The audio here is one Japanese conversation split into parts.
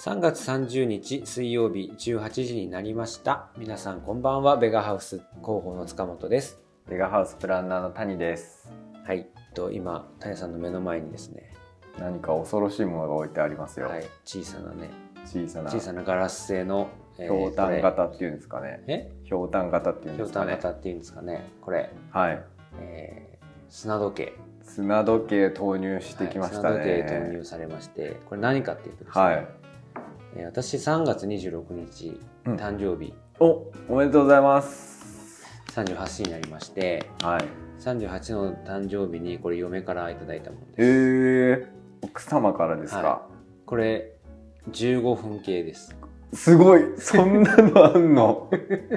3月30日水曜日18時になりました。皆さんこんばんは。ベガハウス広報の塚本です。 ベガハウスプランナーの谷です。 はい、今谷さんの目の前にですね、 何か恐ろしいものが置いてありますよ。 はい、小さなガラス製のひょうたん型っていうんですかね。ひょうたん型っていうんですかね。 ひょうたん型っていうんですかね。これ、 はい、 砂時計投入してきましたね。 砂時計投入されまして、これ何かっていうとですね、 はい、 私3月26日誕生日、 おめでとうございます。 38歳になりまして、 はい、 38の誕生日にこれ嫁からいただいたものです。 奥様からですか？ はい、これ15分計です。 すごい、そんなのあんの？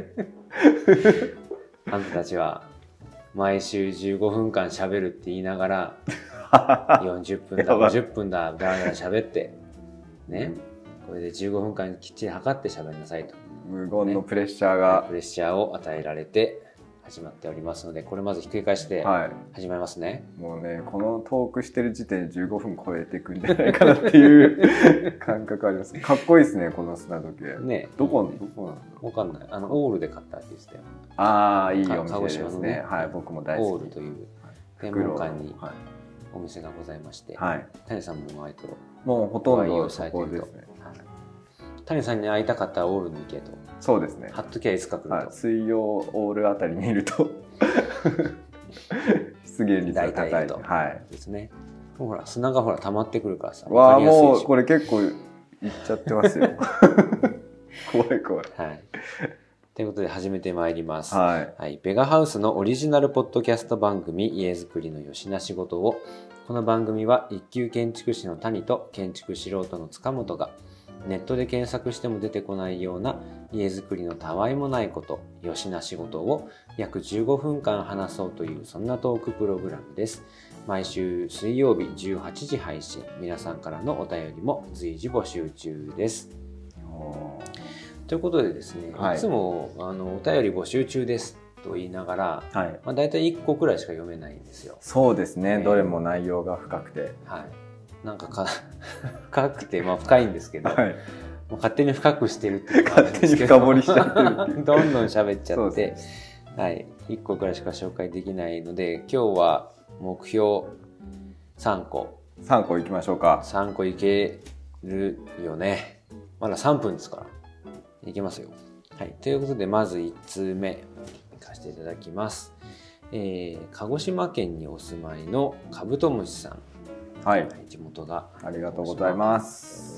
あんたたちは毎週15分間喋るって言いながら40分だ50分だだらだら喋ってね、これで15分間きっちり測って喋りなさいと、 無言のプレッシャーが、 プレッシャーを与えられて始まっておりますので、これまずひっくり返して始まりますね。 もうね、このトークしてる時点で15分超えていくんじゃないかなっていう感覚あります。かっこいいですね、この砂時計ね。どこなの？ わかんない。オールで買ったって言ってたよ。 ああ、いいお店ですね。 鹿児島のね、 はい、僕も大好き。 オールという天文館にお店がございまして、 はい、 谷さんも前ともうほとんどそこですね。 谷さんに会いたかったらオールに行けと。 そうですね。 貼っときゃいつか来ると。 はい、水曜オールあたりにいると出現率が高いと。はいですね。ほら砂が溜まってくるからさ。 わあ、もうこれ結構いっちゃってますよ。怖い。 はい。ということで始めてまいります。 はい。 ベガハウスのオリジナルポッドキャスト番組家づくりのよしな仕事を、この番組は一級建築士の谷と建築素人の塚本がネットで検索しても出てこないような家づくりのたわいもないこと、よしな仕事を約15分間話そうという、そんなトークプログラムです。毎週水曜日18時配信、皆さんからのお便りも随時募集中です。ということでですね、いつもお便り募集中ですと言いながら、だいたい1個くらいしか読めないんですよ。 そうですね、どれも内容が深くて。 なんか深くて、深いんですけど、もう勝手に深くしてるっていうのがあるんですけど、 勝手に深掘りしちゃってるっていうどんどん喋っちゃって、1個くらいしか紹介できないので、今日は目標3個いきましょうか。 3個いけるよね。まだ3分ですからいけますよ。ということで、まず1通目いかせていただきます。鹿児島県にお住まいのカブトムシさん、地元が、 ありがとうございます。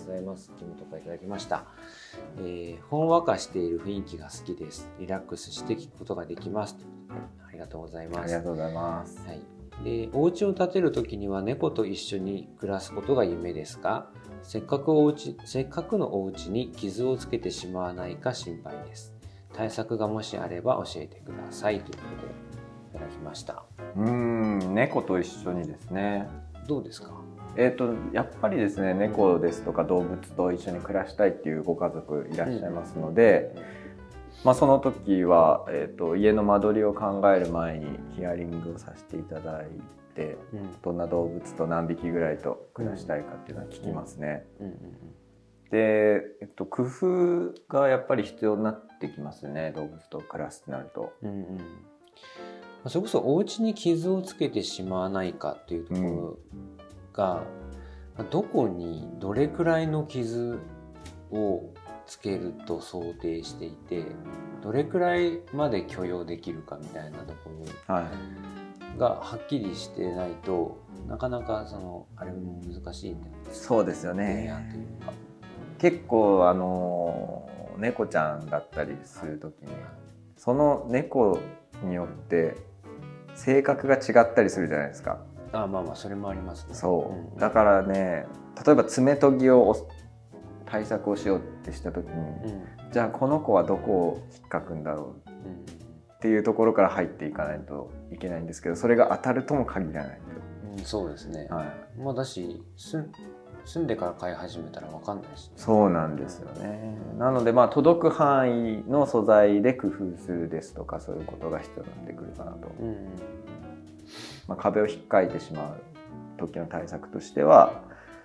地元からいただきました。ほんわかしている雰囲気が好きです。リラックスして聞くことができます。ありがとうございます。 ありがとうございます。 で、お家を建てるときには猫と一緒に暮らすことが夢ですが、せっかくのお家に傷をつけてしまわないか心配です。対策がもしあれば教えてくださいということでいただきました。 猫と一緒にですね。 どうですか？ やっぱりですね、猫ですとか動物と一緒に暮らしたいっていうご家族いらっしゃいますので、その時は、家の間取りを考える前にヒアリングをさせていただいて、どんな動物と何匹ぐらいと暮らしたいかっていうのは聞きますね。で、工夫がやっぱり必要になってきますね、動物と暮らすってなると。 それこそお家に傷をつけてしまわないかっていうところが、どこにどれくらいの傷をつけると想定していて、どれくらいまで許容できるかみたいなところがはっきりしてないと、なかなかあれも難しいんだよね。 そうですよね。結構猫ちゃんだったりする時に、その猫によって性格が違ったりするじゃないですか。 それもありますね。 だからね、例えば爪研ぎを対策をしようってした時に、じゃあこの子はどこを引っかくんだろうっていうところから入っていかないといけないんですけど、それが当たるとも限らないと。 そうですね。だし住んでから飼い始めたら分かんないし、 そうなんですよね。なので届く範囲の素材で工夫するですとか、そういうことが必要になってくるかなと。壁を引っかいてしまう時の対策としては、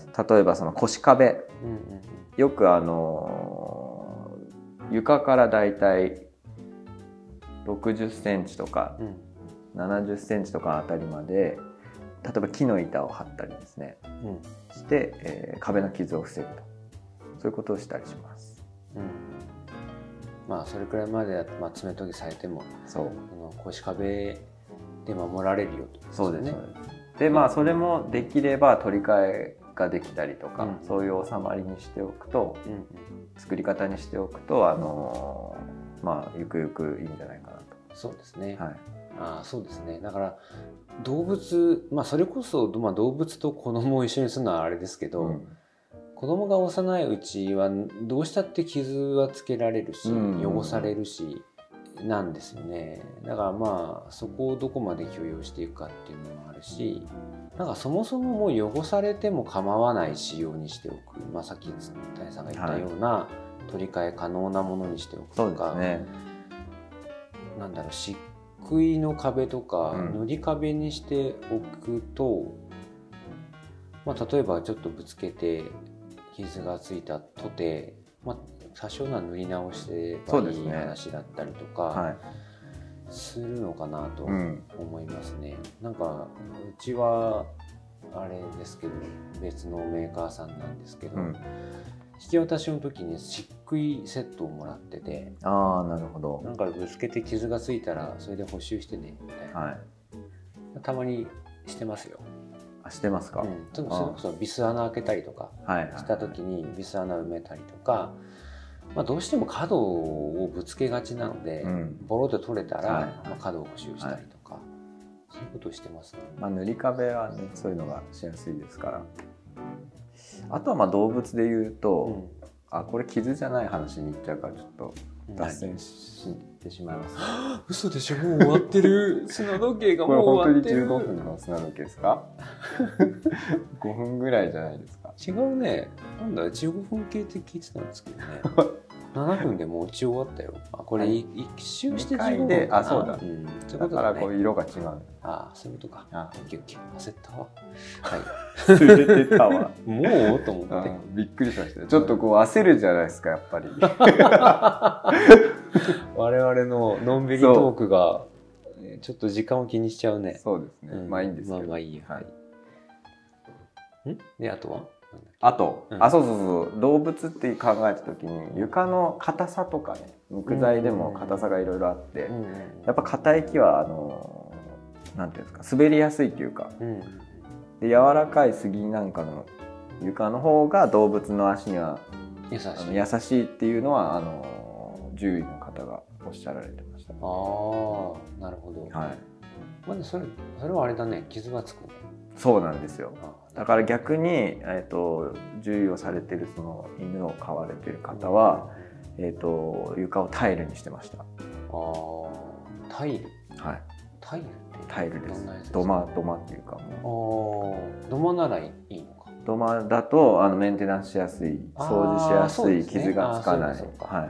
例えばその腰壁、 うんうんよく床からだいたい60センチとかうん 70センチとかあたりまで例えば木の板を張ったりですねうんして、壁の傷を防ぐと、そういうことをしたりします。 うん、まあそれくらいまで、まあ、爪研ぎされてもそう腰壁で守られるよと、 そうですね。でまあそれもできれば取り替えができたりとか、 うんそういう収まりにしておくと、 うんうん、 作り方にしておくとまあゆくゆくいいんじゃないかなと。 そうですね、 はい、 あ、そうですね。だから動物、まあそれこそ、まあ、動物と子供を一緒にするのはあれですけど、 うん、 子供が幼いうちはどうしたって傷はつけられるし、汚されるしなんですよね。だからまあそこをどこまで許容していくかっていうのもあるし、なんかそもそももう汚されても構わない仕様にしておく、まあ、さっき谷さんが言ったような取り替え可能なものにしておくとか、 そうですね、 なんだろう、漆喰の壁とかうん塗り壁にしておくと、まあ、例えばちょっとぶつけて傷がついたとて、まあ、多少な塗り直してばいい話だったりとかはい、 するのかなとうん思いますね。なんかうちはあれですけど別のメーカーさんなんですけど、 うん、 引き渡しの時に漆喰セットをもらってて、 ああなるほど、 なんかぶつけて傷がついたらそれで補修してねみたいな、 はい、 たまにしてますよ。 あしてますか、 ちょっとそれこそビス穴開けたりとかはいした時にビス穴埋めたりとか、まあ、どうしても角をぶつけがちなので、ボロッと取れたら、 はいまあ、角を補修したりとか、そういうことをしてますね。 まあ、塗り壁はねそういうのがしやすいですから。あとはまあ動物で言うと、これ傷じゃない話にいっちゃうからちょっと脱線してしまいます、ね、 嘘でしょ、もう終わってる砂時計がこれもう終わってる。 本当に15分の砂時計ですか5分ぐらいじゃないですか。 違うね。なんだ15分計って聞いてたんですけどね7分でもう打ち終わったよ。これ一周して15分で、 かな。 そうだ、 そういうだことだね。 からこう色が違う。 そういうことか。 あオッケーオッケー。焦ったわ。はい。 忘れてたわもうと思って。 びっくりしました。ちょっとこう焦るじゃないですかやっぱり我々ののんびりトークがちょっと時間を気にしちゃうね。 そうですね、まあいいんですけど、 まあいいよ。 はい、 であとはあと、そうそうそう、動物って考えた時に床の硬さとかね、木材でも硬さがいろいろあって、やっぱ硬い木はなんていうんですか、滑りやすいというか、で柔らかい杉なんかの床の方が動物の足には優しいっていうのは獣医の方がおっしゃられてました。 なるほど。 はい。 まあそれはあれだね、傷がつくね。 そうなんですよ。だから逆に獣医をされてるその犬を飼われてる方は、床をタイルにしてました。 タイル。 はい。 タイルってタイルです。土間っていうかもう。土間ならいいのか。 土間だとメンテナンスしやすい、掃除しやすい、傷がつかない。はい。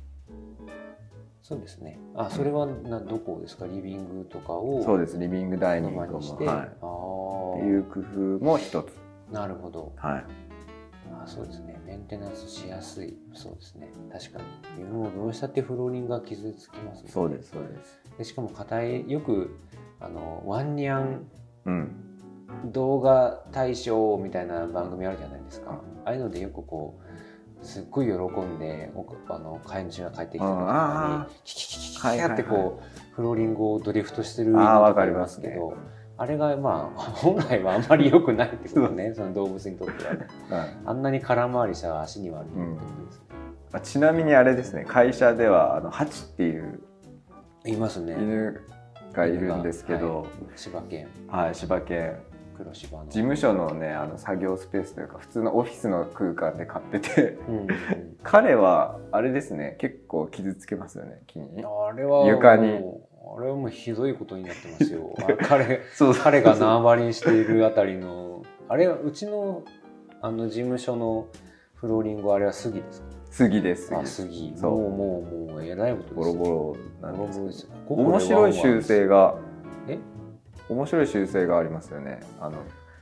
そうですね。それはどこですか？リビングとかを。 そうです。リビングダイニングもして、 っていう工夫も一つ。 なるほど。 はい。 そうですね。メンテナンスしやすい。そうですね。確かに。もうどうしたってフローリングが傷つきますね。 そうですそうです。 でしかも硬い、よくワンニャン動画大賞みたいな番組あるじゃないですか。ああいうのでよくこう。すっごい喜んで飼い主が帰ってきた時にキキキキキってこうフローリングをドリフトしてる犬とかありますけど、あれがまあ本来はあんまり良くないってことね、その動物にとってはね。あんなに空回りした足に悪いってことです。 ちなみにあれですね、会社ではハチっていういますね、 犬がいるんですけど、 柴犬、 はい、柴犬、 黒柴の事務所のね作業スペースというか普通のオフィスの空間で飼ってて彼はあれですね、結構傷つけますよね、木に。 あれは床に。 あれはもうひどいことになってますよ彼が縄張りにしているあたりのあれはうちの事務所のフローリング、あれは杉ですか？ 杉です。 杉。もうえらいことです。 ボロボロなんですよ。面白い習性がありますよね。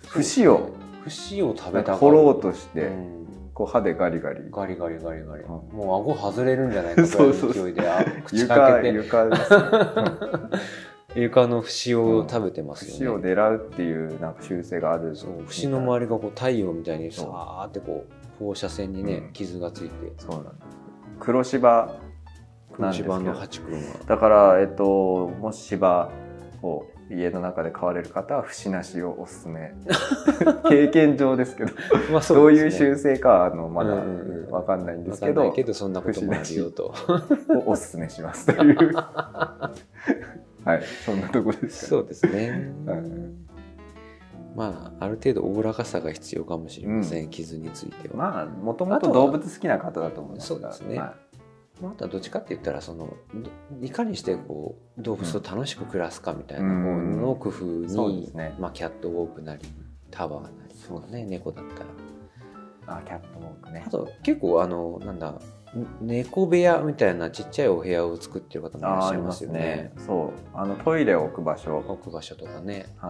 節を食べたがる。 掘ろうとして、 うん、 こう歯でガリガリガリガリガリガリ、もう顎外れるんじゃないかという勢いで口床開けて床ですね床の節を食べてますよね。 節を狙うっていうなんか習性がある。 そう、節の周りがこう太陽みたいにさーってこう放射線にね、傷がついて。 そうなんです。黒柴なんですけど。 黒柴のハチクロが。 だからもし柴を家の中で飼われる方は節なしをおすすめ。経験上ですけど、 まあそうどうですね、 いう習性かはまだわかんないんですけど、 わかんないけどそんなこともあるよとをおすすめしますというはい、そんなところですか。 そうですね、 はい、 まあある程度おおらかさが必要かもしれません、傷については。 まあもともと動物好きな方だと思いますから。 そうですね、まあ、あとはどっちかって言ったらいかにしてこう動物と楽しく暮らすかみたいな方の工夫に、まあ、キャットウォークなりタワーなりとかね、猫だったらキャットウォークね。 あと結構なんだ猫部屋みたいなちっちゃいお部屋を作ってる方もいらっしゃいますよね。 そうトイレを置く場所とかね、 はい、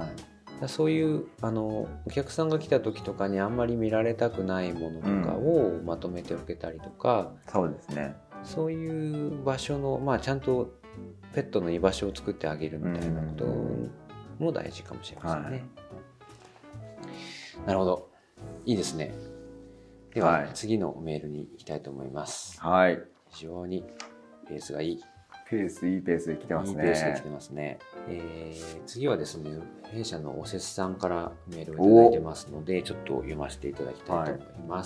そういうお客さんが来た時とかにあんまり見られたくないものとかをまとめておけたりとか、 そうですね、 そういう場所の、まあ、ちゃんとペットの居場所を作ってあげるみたいなことも大事かもしれませんね。はい、なるほど、いいですね。では、次のメールに行きたいと思います。 はい。 非常にペースがいい。 いいペースで来てますね。 いいペースで来てますね。次はですね、弊社のおせっさんからメールをいただいてますので、ちょっと読ませていただきたいと思います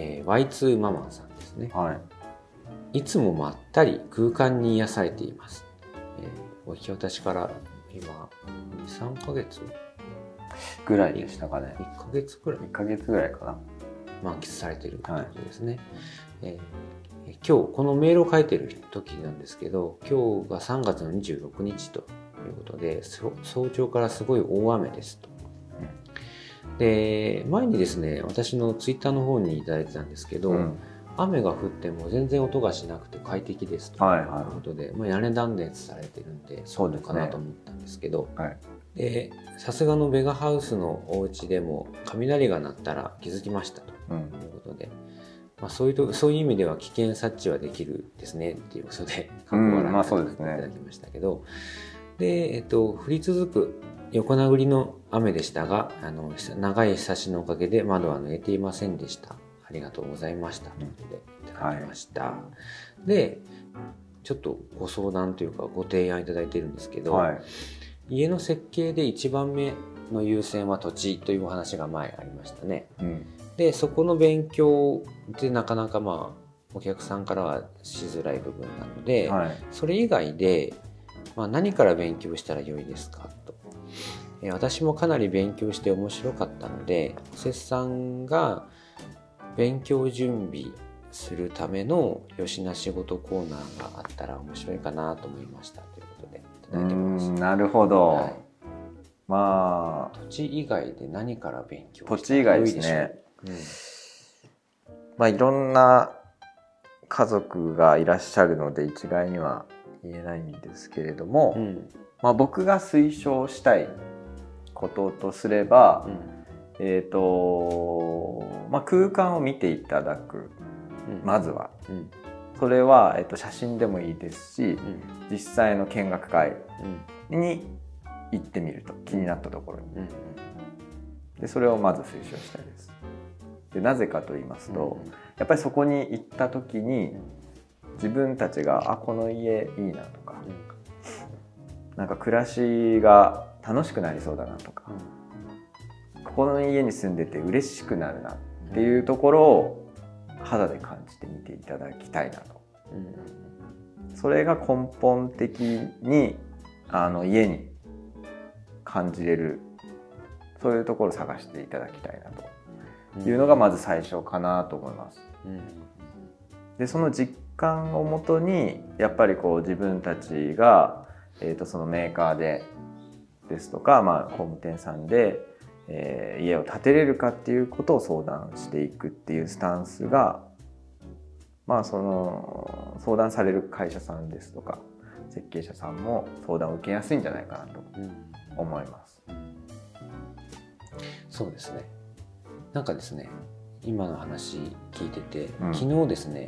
。Y2 ママンさんですね。はい。いつもまったり空間に癒されています。お引き渡しから今2、3ヶ月ぐらいでしたかね。 1ヶ月ぐらい。 1ヶ月ぐらいかな。 満喫されているということですね。今日このメールを書いている時なんですけど、今日が3月の26日ということで、早朝からすごい大雨ですと。で、前にですね、私のツイッターの方にいただいてたんですけど、雨が降っても全然音がしなくて快適ですということで、屋根断熱されてるんでそうかなと思ったんですけど、でさすがのベガハウスのお家でも雷が鳴ったら気づきましたということで、そういう意味では危険察知はできるですねっていうことで過去笑っていただきましたけど、で、降り続く横殴りの雨でしたが、長い日差しのおかげで窓は濡れていませんでした。ありがとうございましたということでいただきました。で、ちょっとご相談というかご提案いただいているんですけど、家の設計で一番目の優先は土地というお話が前ありましたね。で、そこの勉強ってなかなかお客さんからはしづらい部分なので、それ以外で、何から勉強したらよいですかと。私もかなり勉強して面白かったので、おせっさんが勉強準備するためのよしな仕事コーナーがあったら面白いかなと思いましたということでいただいてます。 なるほど。 土地以外で何から勉強したらよいでしょう。 土地以外ですね。いろんな家族がいらっしゃるので一概には言えないんですけれども、僕が推奨したいこととすれば、空間を見ていただく、まずは、それは、写真でもいいですし、実際の見学会に行ってみると、気になったところに、でそれをまず推奨したいです。でなぜかと言いますと、やっぱりそこに行った時に自分たちがこの家いいなとか、なんか暮らしが楽しくなりそうだなとか、ここの家に住んでて嬉しくなるなっていうところを肌で感じてみていただきたいなと。それが根本的に家に感じれる、そういうところを探していただきたいなというのがまず最初かなと思います。でその実感をもとにやっぱり自分たちが、そのメーカーですとか、工務店さんで、家を建てれるかっていうことを相談していくっていうスタンスが、その相談される会社さんですとか設計者さんも相談を受けやすいんじゃないかなと思います。 そうですね。なんかですね、今の話聞いてて、 うん、 昨日ですね、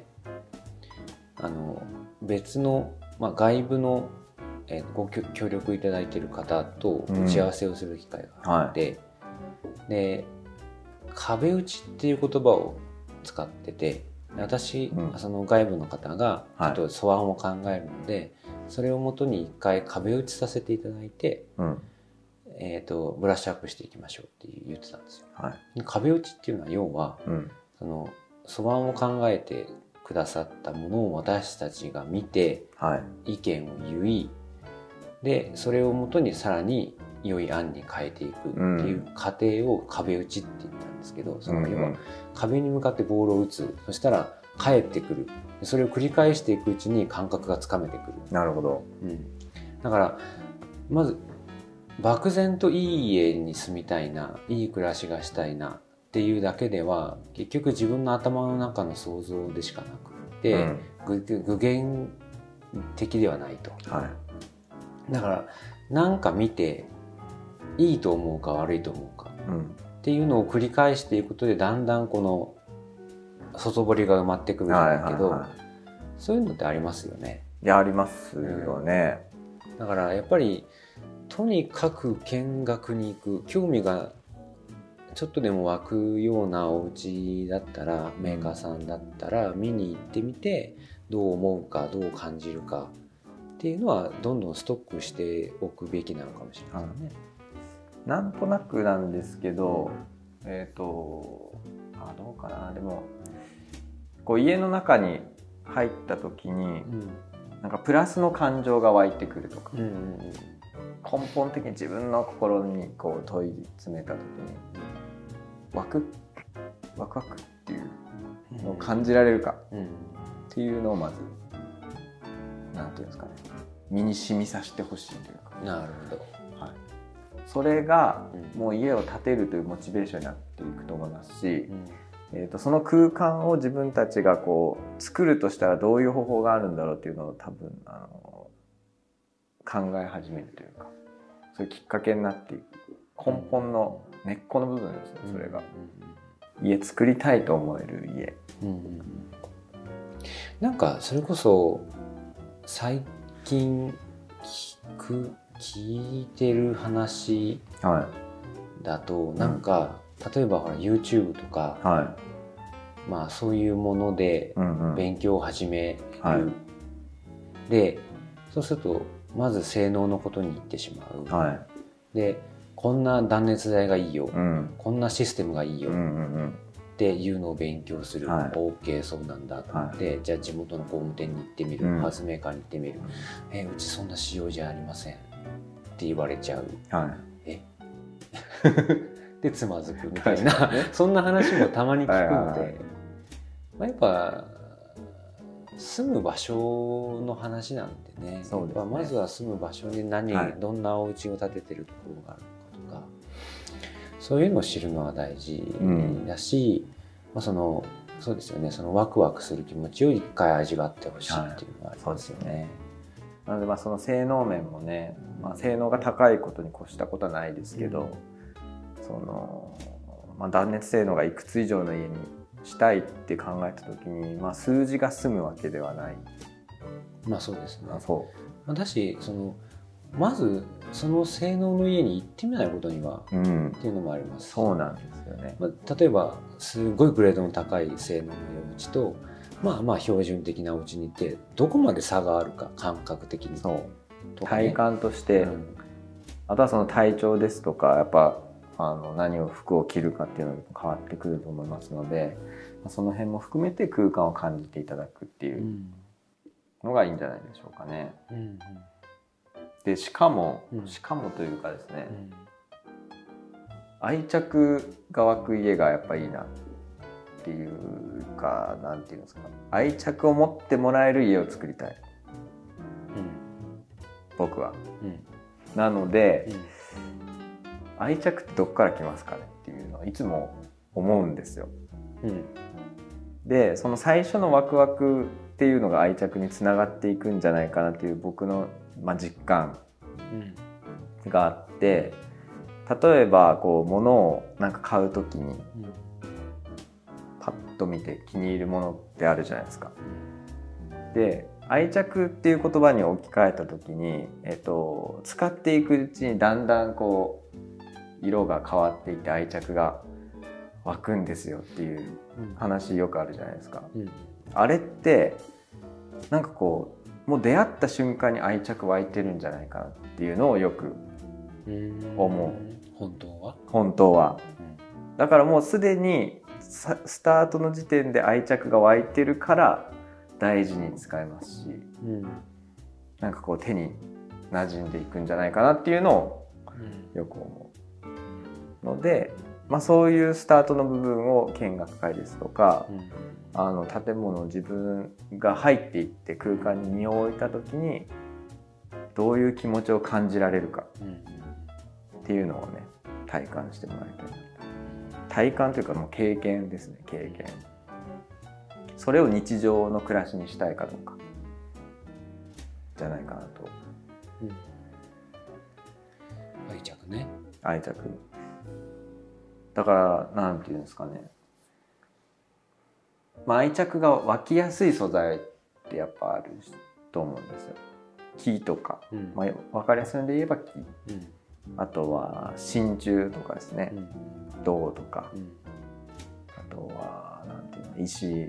別の、外部の、ご協力いただいている方と打ち合わせをする機会があって、で壁打ちっていう言葉を使ってて、私、その外部の方がちょっと素案を考えるので、それをもとに一回壁打ちさせていただいて、ブラッシュアップしていきましょうって言ってたんですよ。壁打ちっていうのは要は、その素案を考えてくださったものを私たちが見て、意見を言い、でそれをもとにさらに良い案に変えていくっていう過程を壁打ちって言ったんですけど、その要は壁に向かってボールを打つ、そしたら返ってくる、それを繰り返していくうちに感覚がつかめてくる。 なるほど。 だからまず漠然といい家に住みたいな、いい暮らしがしたいなっていうだけでは結局自分の頭の中の想像でしかなくて、具現的ではないと。だからなんか見ていいと思うか悪いと思うかっていうのを繰り返していくことで、だんだんこの外堀が埋まってくるんだけど、そういうのってありますよね。 いや、ありますよね。 だからやっぱりとにかく見学に行く、興味がちょっとでも湧くようなお家だったら、メーカーさんだったら見に行ってみて、どう思うかどう感じるかっていうのはどんどんストックしておくべきなのかもしれないですね。 なんとなくなんですけど、どうかな。でもこう家の中に入った時に、なんかプラスの感情が湧いてくるとか、根本的に自分の心にこう問い詰めた時にワクワクっていうのを感じられるかっていうのをまず、なんていうんですかね、身に染みさせてほしいというか。 なるほど。 それがもう家を建てるというモチベーションになっていくと思いますし、その空間を自分たちがこう作るとしたらどういう方法があるんだろうっていうのを多分考え始めるというか、そういうきっかけになっていく根本の根っこの部分ですね。それが家作りたいと思える家。 なんかそれこそ最近聞いてる話だと、なんか例えばほら YouTube とか、そういうもので勉強を始める、でそうするとまず性能のことに行ってしまう、でこんな断熱材がいいよ、こんなシステムがいいよっていうのを勉強する、OK そうなんだと思って、じゃあ地元の工務店に行ってみる、ハウスメーカーに行ってみる、うちそんな仕様じゃありませんって言われちゃう、でつまずくみたいなそんな話もたまに聞くので、やっぱ住む場所の話なんでね、まずは住む場所にどんなお家を建ててるところがあるのかとか、そういうのを知るのは大事だし、そうですよね、そのワクワクする気持ちを一回味わってほしいっていうのはありますよね。 なのでその性能面もね、性能が高いことに越したことはないですけど、断熱性能がいくつ以上の家にしたいって考えた時に、数字が済むわけではない。 そうですね。だしまずその性能の家に行ってみないことには、っていうのもあります。 そうなんですよね。 例えばすごいグレードの高い性能のお家と標準的なお家に行ってどこまで差があるか、感覚的に体感として、あとはその体調ですとか、やっぱ何を服を着るかっていうのが変わってくると思いますので、その辺も含めて空間を感じていただくっていうのがいいんじゃないでしょうかね。でしかもというかですね、愛着が湧く家がやっぱいいなっていうか、なんていうんですか、愛着を持ってもらえる家を作りたい、僕は。なので、愛着ってどっから来ますかねっていうのはいつも思うんですよ。でその最初のワクワクっていうのが愛着につながっていくんじゃないかなっていう僕の実感があって、 例えばこう物をなんか買うときにパッと見て気に入るものってあるじゃないですか。で愛着っていう言葉に置き換えたときに、使っていくうちにだんだんこう色が変わっていって愛着が湧くんですよっていう話よくあるじゃないですか。あれってなんかこうもう出会った瞬間に愛着湧いてるんじゃないかなっていうのをよく思う。本当は、だからもうすでにスタートの時点で愛着が湧いてるから大事に使えますし、なんかこう手に馴染んでいくんじゃないかなっていうのをよく思うので、そういうスタートの部分を見学会ですとか、建物自分が入っていって空間に身を置いた時にどういう気持ちを感じられるかっていうのをね体感してもらいたい。体感というかもう経験ですね。経験。それを日常の暮らしにしたいかどうかじゃないかなと。 愛着ね。 愛着。だからなんていうんですかね。愛着が湧きやすい素材ってやっぱあると思うんですよ。木とか、分かりやすいので言えば木、あとは真鍮とかですね、銅とか、あとはなんていうの、石。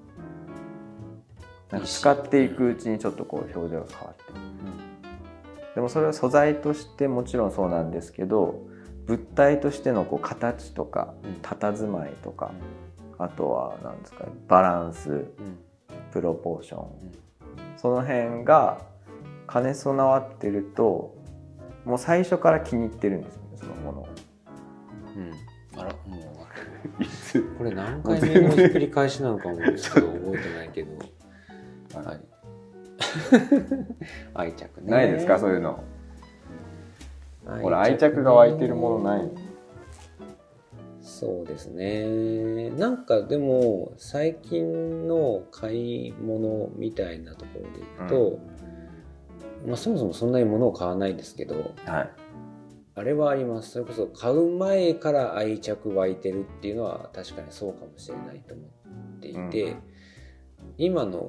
なんか使っていくうちにちょっとこう表情が変わってくる、でもそれは素材としてもちろんそうなんですけど、物体としてのこう形とか佇まいとか、あとは何ですか、バランス、プロポーション、その辺が兼ね備わってるともう最初から気に入ってるんですよね、そのものを。 あら、もうこれ何回目のひっくり返しなのかもちょっと覚えてないけどはい、愛着ね。 ないですか、そういうの。ほら、愛着が湧いてるものない？ そうですね。なんかでも最近の買い物みたいなところでいくと、そもそもそんなに物を買わないですけど、あれはあります。それこそ買う前から愛着湧いてるっていうのは確かにそうかもしれないと思っていて、今の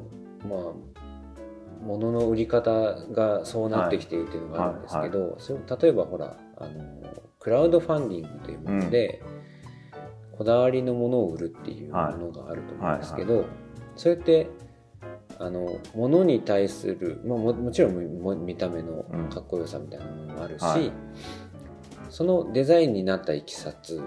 物の売り方がそうなってきているっていうのがあるんですけど、それ例えばほらクラウドファンディングというもので、こだわりのものを売るっていうものがあると思うんですけど、それって物に対する、もちろん見た目のかっこよさみたいなものもあるし、そのデザインになったいきさつ、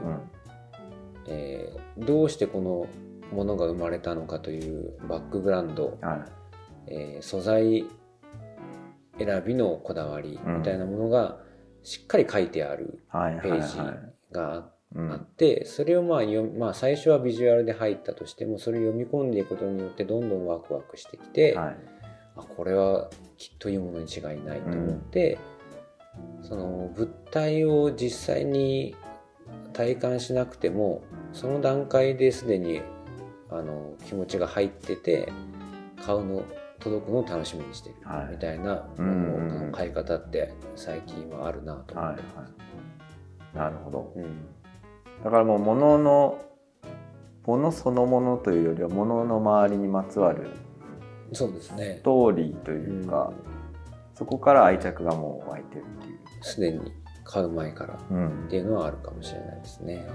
どうしてこのものが生まれたのかというバックグラウンド、素材選びのこだわりみたいなものがしっかり書いてあるページがあって、それを最初はビジュアルで入ったとしても、それを読み込んでいくことによってどんどんワクワクしてきて、これはきっといいものに違いないと思って、その物体を実際に体感しなくてもその段階ですでに気持ちが入ってて、届くのを楽しみにしてるみたいなもの買い方って最近はあるなと思ってます。 なるほど。だからもう物そのものというよりは物の周りにまつわるそうですね、 ストーリーというか、そこから愛着がもう湧いてるっていう、 すでに買う前からっていうのはあるかもしれないですね。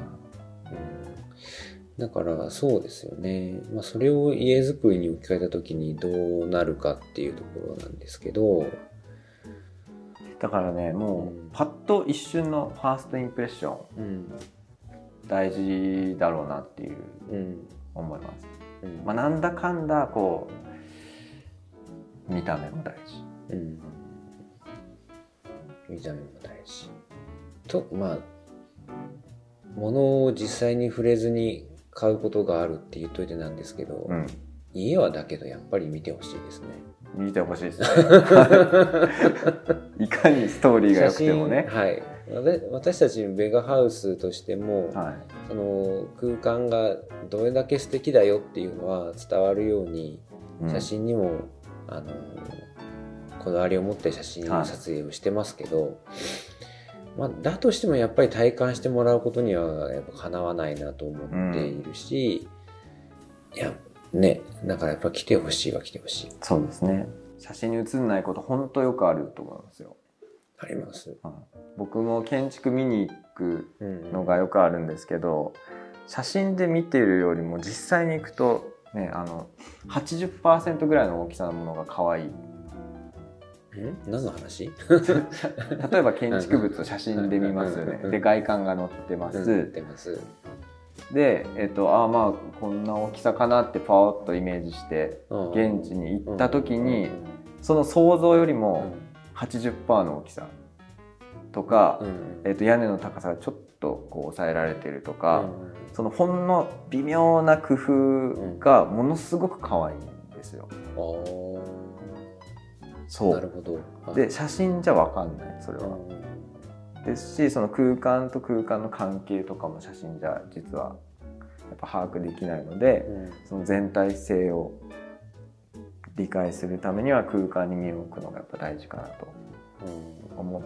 だからそうですよね。それを家づくりに置き換えた時にどうなるかっていうところなんですけど、 だからね、もうパッと一瞬のファーストインプレッション、大事だろうなっていう思います。なんだかんだこう見た目も大事、 見た目も大事と、物を実際に触れずに買うことがあるって言っといてなんですけど、家はだけどやっぱり見てほしいですね。 見てほしいですねいかにストーリーが良くてもね。 私たちのベガハウスとしても、その空間がどれだけ素敵だよっていうのは伝わるように、写真にもこだわりを持って写真撮影をしてますけど、 まあ、だとしてもやっぱり体感してもらうことにはやっぱかなわないなと思っているし、いやね、だからやっぱ来てほしいは来てほしい。 そうですね。写真に写んないこと本当よくあると思いますよ。 あります。 僕も建築見に行くのがよくあるんですけど、写真で見てるよりも実際に行くとね、80% ぐらいの大きさのものが可愛い。 何の話？ 例えば建築物を写真で見ますよね。で外観が載ってます。で、まあこんな大きさかなってパーッとイメージして現地に行った時に、その想像よりも 80% の大きさとか、屋根の高さがちょっとこう抑えられてるとか、そのほんの微妙な工夫がものすごく可愛いんですよ。そう。なるほど。で写真じゃ分かんない、それは。ですし、その空間と空間の関係とかも写真じゃ実はやっぱ把握できないので、その全体性を理解するためには空間に身を置くのがやっぱ大事かなと思って、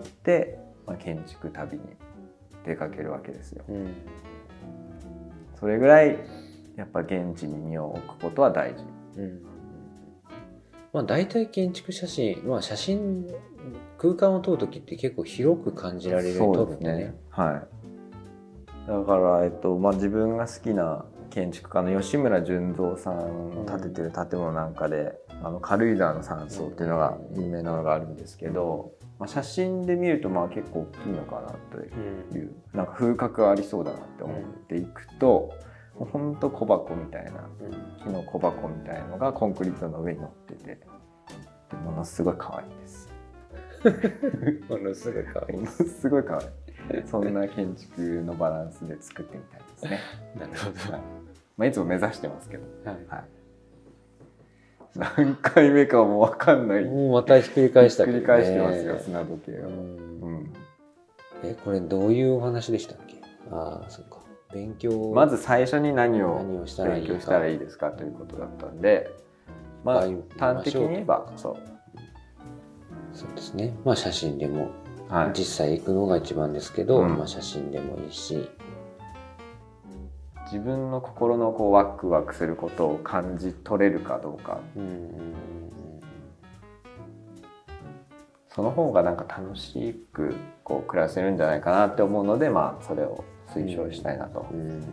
建築旅に出かけるわけですよ。それぐらいやっぱ現地に身を置くことは大事。 まあ、大体建築写真、写真空間を撮る時って結構広く感じられる撮るんでね。 はい。だから、自分が好きな建築家の吉村順三さんの建ててる建物なんかで、軽井沢の山荘っていうのが有名なのがあるんですけど、写真で見ると結構大きいのかなという、なんか風格がありそうだなって思っていくと、ほんと小箱みたいな、木の小箱みたいのがコンクリートの上に乗ってて、ものすごい可愛いです。 ものすごい可愛い。 ものすごい可愛い。そんな建築のバランスで作ってみたいですね。 なるほど。 いつも目指してますけど。何回目かも分かんない。 もうまたひっくり返したけどね。 ひっくり返してますよ、砂時計を。 これどういうお話でしたっけ？ああ、そうか。勉強。 まず最初に何を勉強したらいいですかということだったんで、端的に言えばそうですね。写真でも、実際行くのが一番ですけど、写真でもいいし、 自分の心のワクワクすることを感じ取れるかどうか、その方がなんか楽しく暮らせるんじゃないかなって思うので、それを推奨したいなと。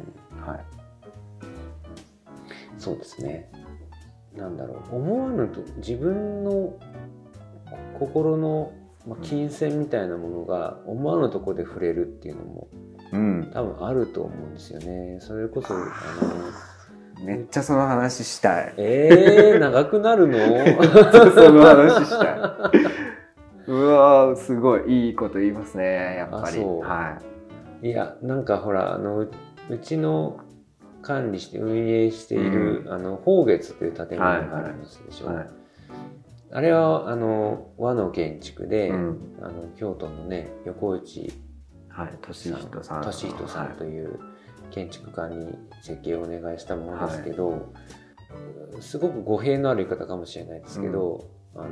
そうですね。なんだろう、思わぬと自分の心の金銭みたいなものが思わぬところで触れるっていうのも、多分あると思うんですよね。それこそめっちゃその話したい。 長くなるの？ その話したい。うわー、すごいいいこと言いますね、やっぱり。 いや、なんかほらうちの管理して運営している、宝月という建物があるんですでしょ。あれは和の建築で、京都のね横内俊人さんという建築家に設計をお願いしたものですけど、すごく語弊のある言い方かもしれないですけど、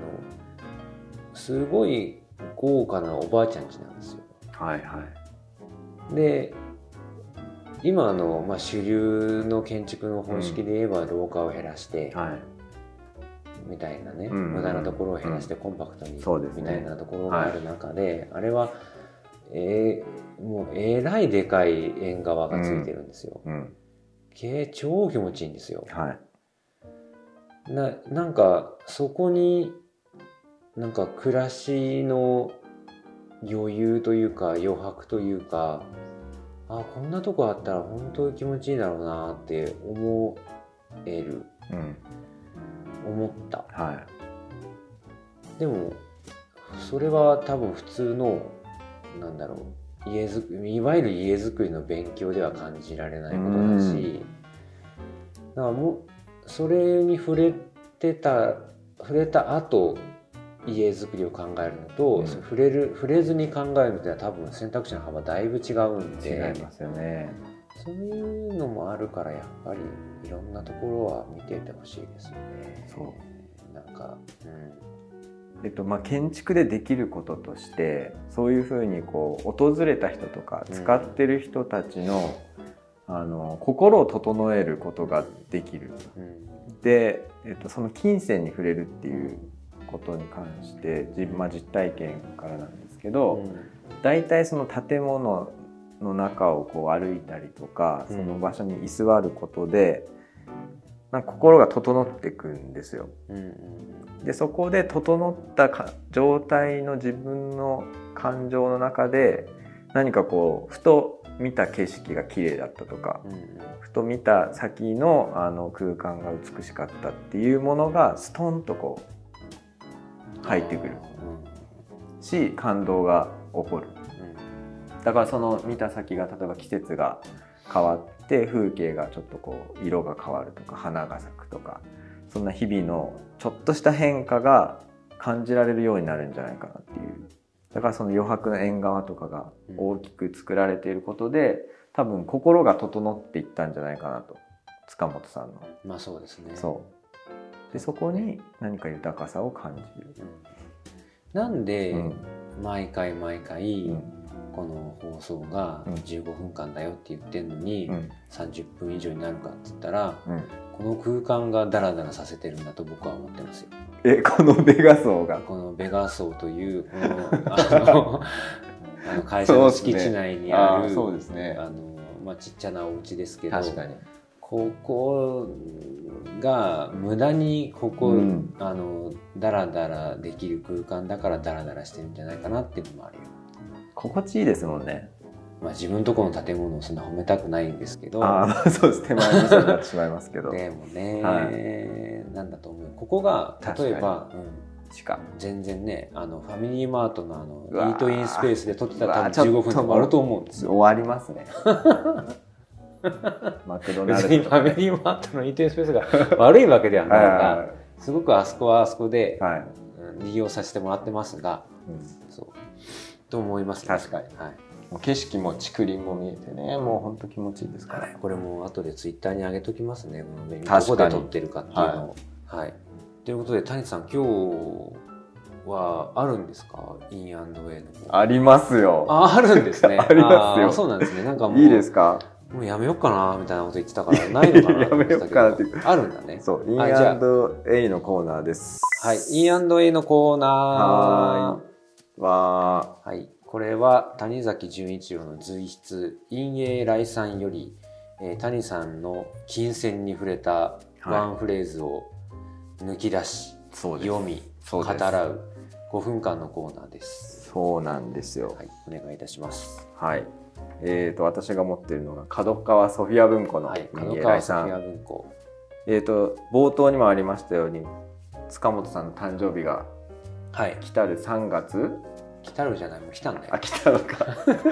すごい豪華なおばあちゃん家なんですよ。で今主流の建築の方式で言えば廊下を減らして、みたいなね、無駄なところを減らしてコンパクトにみたいなところがある中で、あれはもうらいでかい縁側がついてるんですよ。超気持ちいいんですよ。なんかそこになんか暮らしの余裕というか余白というか、こんなとこあったら本当に気持ちいいだろうなって思った。でもそれは多分普通のなんだろう、いわゆる家づくりの勉強では感じられないことだし、だからそれに触れた後家づくりを考えるのと、触れずに考えるのでは多分選択肢の幅だいぶ違うんで、 違いますよね。 そういうのもあるからやっぱりいろんなところは見ててほしいですよね。なんか、 建築でできることとしてそういうふうにこう訪れた人とか使ってる人たちの、心を整えることができる。で、その金銭に触れるっていうことに関して実体験からなんですけど、大体その建物の中をこう歩いたりとかその場所に居座ることでなんか心が整っていくんですよ。でそこで整った状態の自分の感情の中で何かこうふと見た景色が綺麗だったとか、ふと見た先の空間が美しかったっていうものがストンとこう入ってくるし感動が起こる。だからその見た先が例えば季節が変わって風景がちょっとこう色が変わるとか花が咲くとかそんな日々のちょっとした変化が感じられるようになるんじゃないかなっていう。だからその余白の縁側とかが大きく作られていることで多分心が整っていったんじゃないかなと塚本さんの。 まあそうですね。 でそこに何か豊かさを感じる。 なんで毎回この放送が15分間だよって言ってんのに30分以上になるかって言ったら、この空間がダラダラさせてるんだと僕は思ってますよ。 このベガ層がこのベガ層というこの会社の敷地内にあるそうですね、 ちっちゃなお家ですけど、 確かにここが無駄にダラダラできる空間だからダラダラしてるんじゃないかなっていうのもあるよ。 心地いいですもんね。 自分とこの建物をそんな褒めたくないんですけど、 そうです、手前味噌になってしまいますけどでもね、なんだと思う。ここが例えば、全然ねファミリーマートのイートインスペースで撮ってたら多分15分とかあると思うんですよ。 終わりますね。マクドナルド、 別にファミリーマートのイートインスペースが悪いわけではないがすごくあそこはあそこで利用させてもらってますが、そうと思います、ね。 確かに、景色も竹林も見えてね、もう本当気持ちいいですから、 これも後でツイッターに上げときますね。このメニューどこで撮ってるかっていうのを。ということで谷さん、今日はあるんですか？ E&A の方。 ありますよ。 あるんですね。 ありますよ。 そうなんですね。なんかもういいですか？ もうやめようかなみたいなこと言ってたからないのかなやめようかなってあるんだね。 そう、E&A のコーナーです。 はい、E&A のコーナーはい。 これは谷崎潤一郎の随筆陰影来賛より、谷さんの金銭に触れたワンフレーズを抜き出し、読み語らう5分間のコーナーです。 そうなんですよ。 はい、お願いいたします。 はい。私が持っているのが角川ソフィア文庫の角川ソフィア文庫。 冒頭にもありましたように塚本さんの誕生日が来たる3月、 来たるじゃない、もう来たんだよ。 来たのか。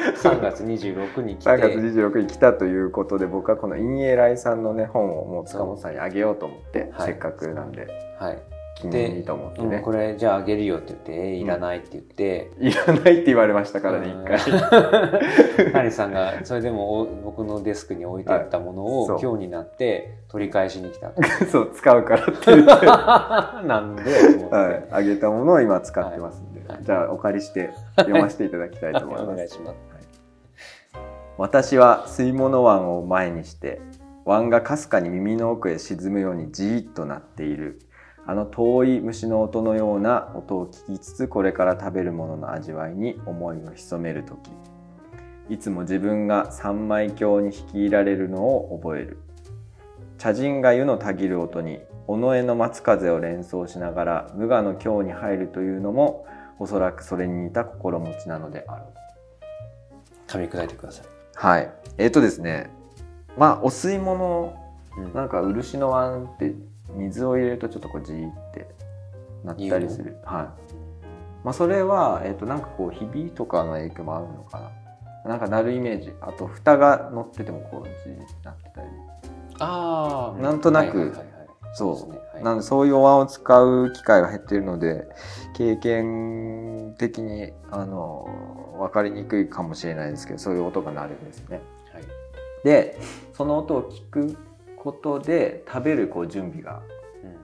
3月26日に来て。 3月26日に来たということで、僕はこの陰影来さんのね本をもう塚本さんにあげようと思って、せっかくなんで、記念にと思ってね。 これじゃああげるよって言っていらないって言って、 いらないって言われましたからね、一回。 谷さんがそれでも僕のデスクに置いてあったものを今日になって取り返しに来た。 そう、使うからって言ってなんであげたものを今使ってますんで、じゃあお借りして読ませていただきたいと思います。 お願いします。 私は吸い物椀を前にして椀がかすかに耳の奥へ沈むようにじーっと鳴っている。あの遠い虫の音のような音を聞きつつ、これから食べるものの味わいに思いを潜めるとき、いつも自分が三枚鏡に引き入られるのを覚える。茶人が湯のたぎる音に尾上の松風を連想しながら無我の境に入るというのも、おそらくそれに似た心持ちなのである。 噛み砕いてください。 はい。ですね、お吸い物、なんか漆の椀って水を入れるとちょっとこうジーってなったりする。それはなんかこうひびとかの影響もあるのかな。なんかなるイメージ。あと蓋が乗っててもこうジーってなってたり。なんとなくなのでそういうお椀を使う機会が減っているので、経験的に分かりにくいかもしれないですけど、そういう音が鳴るんですね。でその音を聞くことで食べる準備が、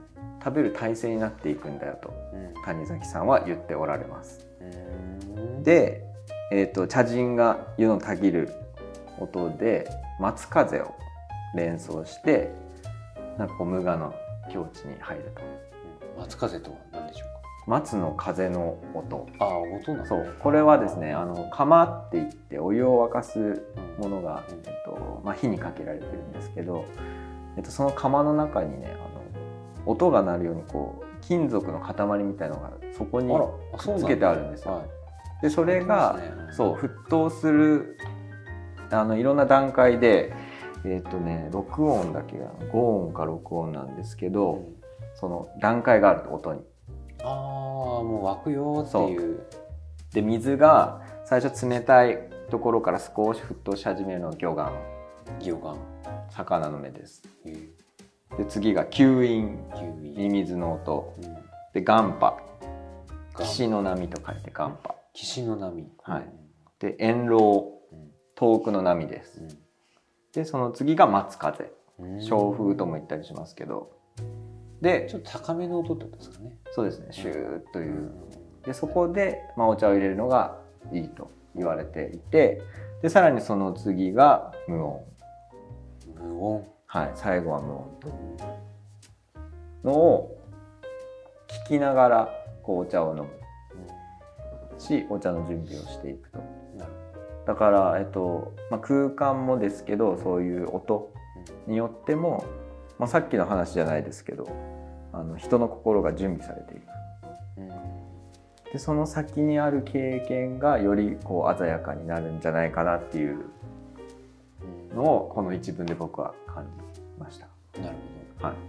食べる体制になっていくんだよと谷崎さんは言っておられます。で、茶人が湯のたぎる音で松風を連想してなんかこう無我の境地に入ると。 松風とは何でしょうか。 松の風の音。 ああ、音なんだ。 そう、これはですね、釜って言ってお湯を沸かすものが、火にかけられてるんですけど、その釜の中にね、音が鳴るようにこう金属の塊みたいのがそこにくっつけてあるんですよ。でそれが、そう沸騰するいろんな段階で6音だけが5音か6音なんですけど、その段階があると音に。 ああ、もう沸くよっていう。 で水が最初冷たいところから少し沸騰し始めるのが魚眼。魚の目です。で次が吸引、ミミズの音。で眼波、岸の波と書いて眼波。 岸の波。 はい。で遠浪、遠くの波です。でその次が松風、小風とも言ったりしますけど。でちょっと高めの音ってことですかね。 そうですね、シューッという。でそこで、お茶を入れるのがいいと言われていて、でさらにその次が無音。 無音。 はい、最後は無音のを聞きながらこうお茶を飲むし、お茶の準備をしていくと。だから、空間もですけど、そういう音によっても、さっきの話じゃないですけど、人の心が準備されていく。でその先にある経験がよりこう鮮やかになるんじゃないかなっていうのをこの一文で僕は感じました。 なるほど。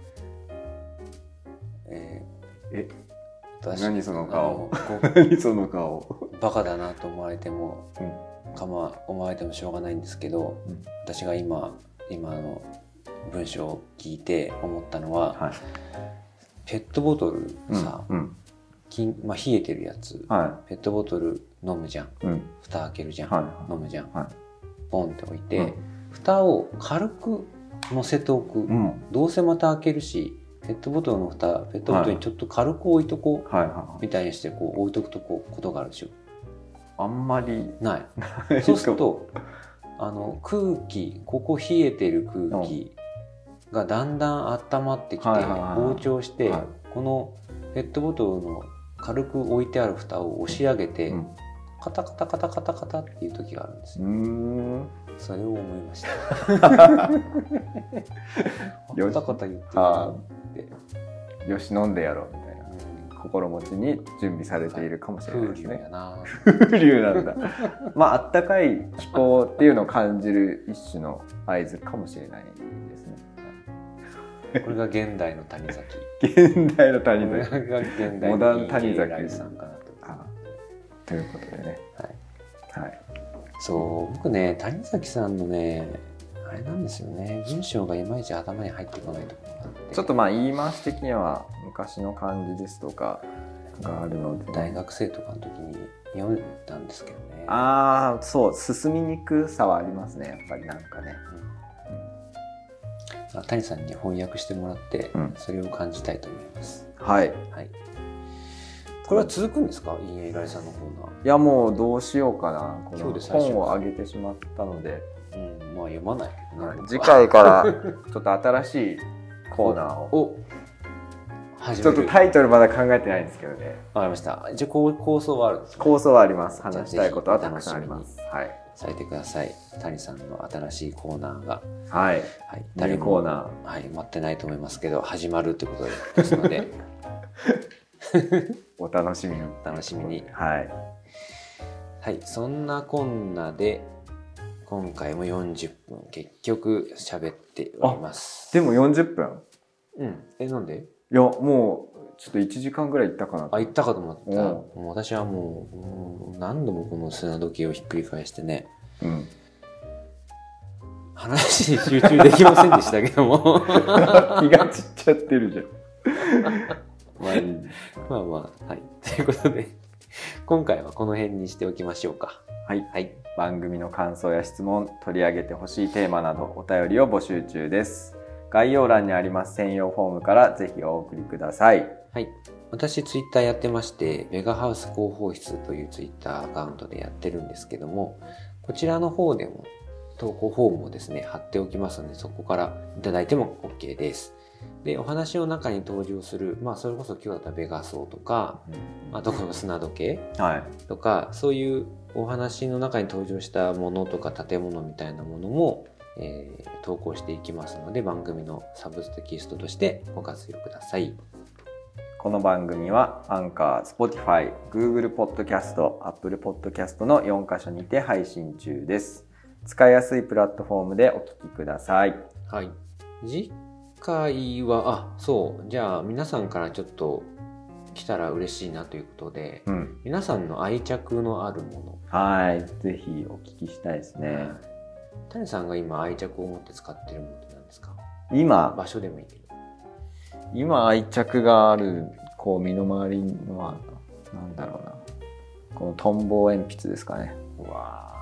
はい。 何その顔。何その顔。 バカだなと思われても、思われてもしょうがないんですけど、私が今の文章を聞いて思ったのは、ペットボトルさ、冷えてるやつ、ペットボトル飲むじゃん、蓋開けるじゃん、飲むじゃん、ポンって置いて、蓋を軽く乗せておく、どうせまた開けるし、ペットボトルの蓋ペットボトルにちょっと軽く置いとこうみたいにしてこう置いとくとことがあるでしょ。 あんまりないそうすると空気、ここ冷えてる空気がだんだん温まってきて膨張して、このペットボトルの軽く置いてある蓋を押し上げて、カタカタカタカタカタっていう時があるんですよ。それを思いました。カタカタ言ってるってよし飲んでやろうみたいな心持ちに準備されているかもしれないですね。風流なんだ。あったかい気候っていうのを感じる一種の合図かもしれないですね。 これが現代の谷崎。 現代の谷崎。 モダン谷崎さんかなということでね。はい。 そう僕ね谷崎さんのねあれなんですよね、文章がいまいち頭に入ってこないところがあって、 ちょっと言い回し的には昔の感じですとかがあるので、 大学生とかの時に読んだんですけどね。 そう進みにくさはありますね、やっぱりなんかね。 谷さんに翻訳してもらって、それを感じたいと思います。 はい。 これは続くんですか、陰影依頼さんのコーナー。 いやもうどうしようかな、この本をあげてしまったので、 読まない、 次回からちょっと新しいコーナーをちょっとタイトルまだ考えてないんですけどね。 わかりました。じゃあ構想はあるんですか？ 構想はあります。話したいことはたくさんあります。 されてください。谷さんの新しいコーナーが、 誰コーナー、待ってないと思いますけど始まるということですのでお楽しみに。 そんなこんなで今回も40分結局喋っております。 でも40分？ なんで？ いやもうちょっと1時間ぐらいいったかな。 いったかと思った。もう私はもう何度もこの砂時計をひっくり返してね、話に集中できませんでしたけども気が散っちゃってるじゃん。 ということで今回はこの辺にしておきましょうか。 番組の感想や質問、取り上げてほしいテーマなどお便りを募集中です。 概要欄にあります専用フォームからぜひお送りください。 はい。私ツイッターやってまして、メガハウス広報室というツイッターアカウントでやってるんですけども、こちらの方でも投稿フォームをですね、貼っておきますので、そこからいただいても OK です。で、お話の中に登場する、それこそ今日だったらベガソーとか、あとこの砂時計とか、そういうお話の中に登場したものとか建物みたいなものも、投稿していきますので、番組のサブテキストとしてご活用ください。 この番組はアンカー、Spotify、Google Podcast、Apple Podcast の4カ所にて配信中です。使いやすいプラットフォームでお聞きください。 はい。次回は、じゃあ皆さんからちょっと来たら嬉しいなということで、皆さんの愛着のあるもの。 はい。ぜひお聞きしたいですね。 谷さんが今愛着を持って使っているものって何ですか？場所でもいいけど。 今愛着がある身の回りのはなんだろうな、このトンボ鉛筆ですかね。 うわ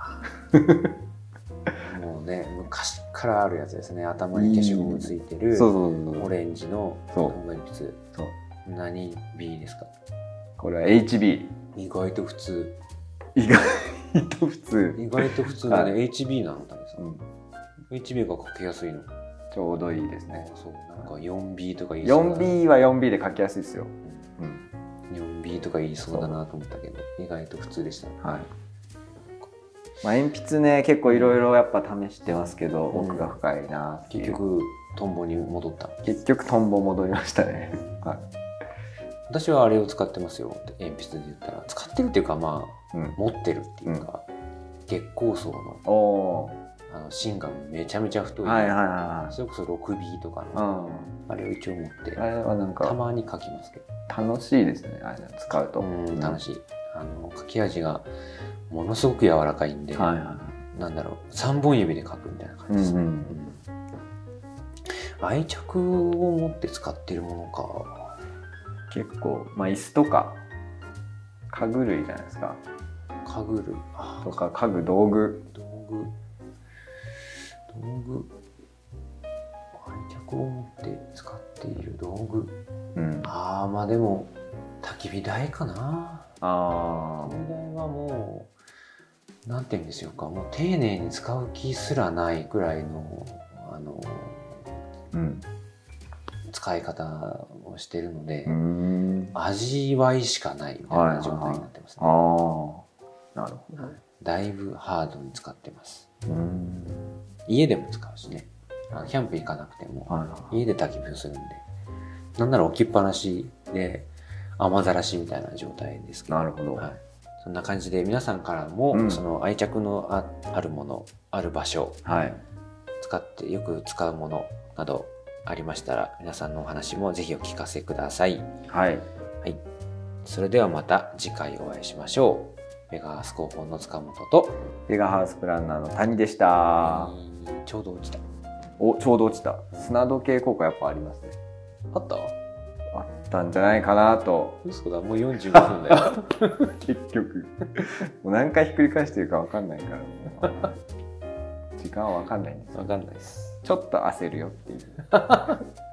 もうね、昔からあるやつですね。頭に消しゴムついてるオレンジのトンボ鉛筆。何 B ですか？ これは HB。 意外と普通。 意外と普通のね、HB なの谷さん。HB が書きやすいの。 ちょうどいいですね。 そう、なんか 4B とか言いそうだな。 4B は 4B で書きやすいですよ。 4B とか言いそうだなと思ったけど、意外と普通でしたね。 はい。鉛筆ね、結構いろいろやっぱ試してますけど、奥が深いなっていう。 結局トンボに戻った。 結局トンボ戻りましたね。はい。 私はあれを使ってますよ。鉛筆で言ったら使ってるっていうか持ってるっていうか、月光層の芯がめちゃめちゃ太い。それこそ 6B とかのあれを一応持って、あれはなんかたまに書きますけど。 楽しいですね。あれ使うと。 楽しい。書き味がものすごく柔らかいんで、なんだろう、3本指で書くみたいな感じですね。愛着を持って使ってるものか。 結構椅子とか家具類じゃないですか。 家具類とか家具道具愛着を持って使っている道具。でも焚き火台かな。焚き火台はもうなんて言うんでしょうか、もう丁寧に使う気すらないくらいの使い方をしてるので、味わいしかないみたいな状態になってますね。 なるほど。 だいぶハードに使ってます。家でも使うしね。キャンプ行かなくても家で焚き火をするんで、なんなら置きっぱなしで雨ざらしみたいな状態ですけど。 なるほど。 そんな感じで皆さんからもその愛着のあるもの、ある場所、よく使うものなどありましたら、皆さんのお話もぜひお聞かせください。はい。それではまた次回お会いしましょう。メガハウス広報の塚本とメガハウスプランナーの谷でした。 ちょうど落ちた。 ちょうど落ちた。砂時計効果やっぱありますね。 あったんじゃないかなと。 嘘だ、もう45分だよ。 結局もう何回ひっくり返してるか分かんないから時間は分かんないんです。 分かんないです。 ちょっと焦るよっていう